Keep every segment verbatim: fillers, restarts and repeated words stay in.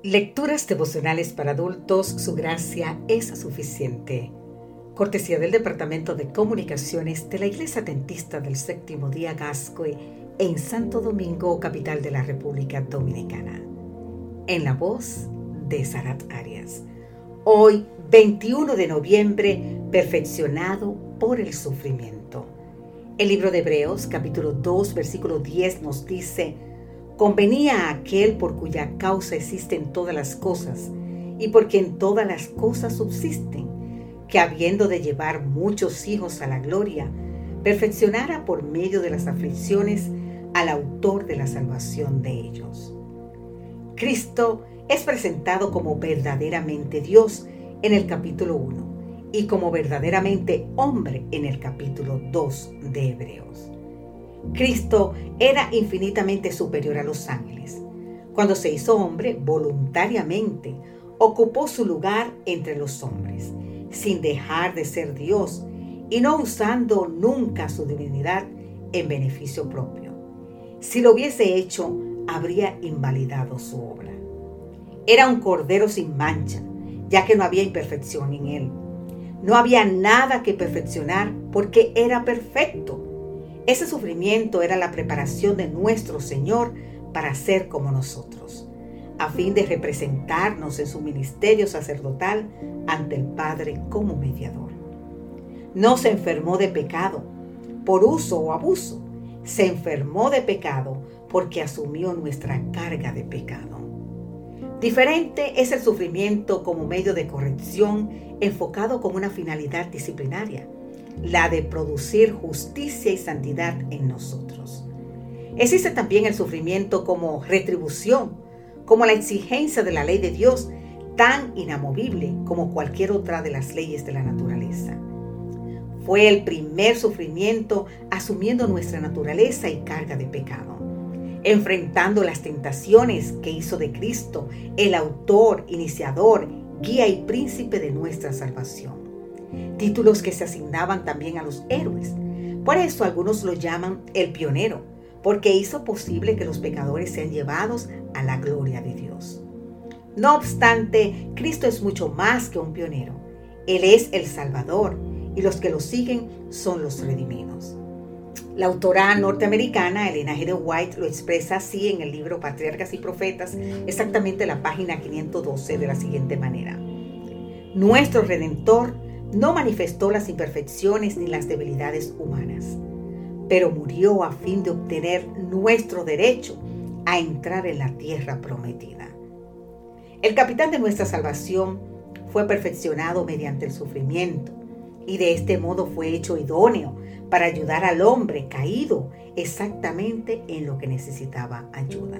Lecturas devocionales para adultos, su gracia es suficiente. Cortesía del Departamento de Comunicaciones de la Iglesia Adventista del Séptimo Día Gascue en Santo Domingo, capital de la República Dominicana. En la voz de Sarat Arias. Hoy, veintiuno de noviembre, perfeccionado por el sufrimiento. El libro de Hebreos, capítulo dos, versículo diez, nos dice: convenía a aquel por cuya causa existen todas las cosas, y por quien todas las cosas subsisten, que habiendo de llevar muchos hijos a la gloria, perfeccionara por medio de las aflicciones al autor de la salvación de ellos. Cristo es presentado como verdaderamente Dios en el capítulo uno y como verdaderamente hombre en el capítulo dos de Hebreos. Cristo era infinitamente superior a los ángeles. Cuando se hizo hombre, voluntariamente ocupó su lugar entre los hombres, sin dejar de ser Dios y no usando nunca su divinidad en beneficio propio. Si lo hubiese hecho, habría invalidado su obra. Era un cordero sin mancha, ya que no había imperfección en él. No había nada que perfeccionar porque era perfecto. Ese sufrimiento era la preparación de nuestro Señor para ser como nosotros, a fin de representarnos en su ministerio sacerdotal ante el Padre como mediador. No se enfermó de pecado por uso o abuso, se enfermó de pecado porque asumió nuestra carga de pecado. Diferente es el sufrimiento como medio de corrección enfocado con una finalidad disciplinaria, la de producir justicia y santidad en nosotros. Existe también el sufrimiento como retribución, como la exigencia de la ley de Dios, tan inamovible como cualquier otra de las leyes de la naturaleza. Fue el primer sufrimiento asumiendo nuestra naturaleza y carga de pecado, enfrentando las tentaciones que hizo de Cristo el autor, iniciador, guía y príncipe de nuestra salvación. Títulos que se asignaban también a los héroes. Por eso algunos lo llaman el pionero, porque hizo posible que los pecadores sean llevados a la gloria de Dios. No obstante, Cristo es mucho más que un pionero. Él es el Salvador y los que lo siguen son los redimidos. La autora norteamericana Elena G. White lo expresa así en el libro Patriarcas y Profetas, exactamente la página quinientos doce, de la siguiente manera: nuestro Redentor no manifestó las imperfecciones ni las debilidades humanas, pero murió a fin de obtener nuestro derecho a entrar en la tierra prometida. El capitán de nuestra salvación fue perfeccionado mediante el sufrimiento y de este modo fue hecho idóneo para ayudar al hombre caído exactamente en lo que necesitaba ayuda.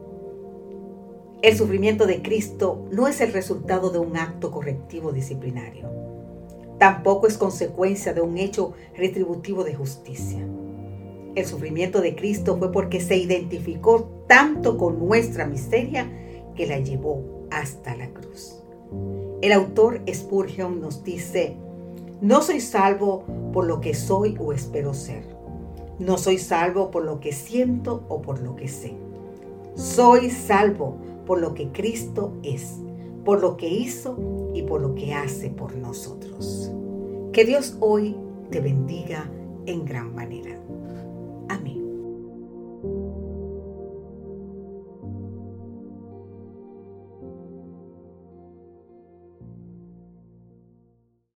El sufrimiento de Cristo no es el resultado de un acto correctivo disciplinario. Tampoco es consecuencia de un hecho retributivo de justicia. El sufrimiento de Cristo fue porque se identificó tanto con nuestra miseria que la llevó hasta la cruz. El autor Spurgeon nos dice: no soy salvo por lo que soy o espero ser. No soy salvo por lo que siento o por lo que sé. Soy salvo por lo que Cristo es, por lo que hizo y por lo que hace por nosotros. Que Dios hoy te bendiga en gran manera.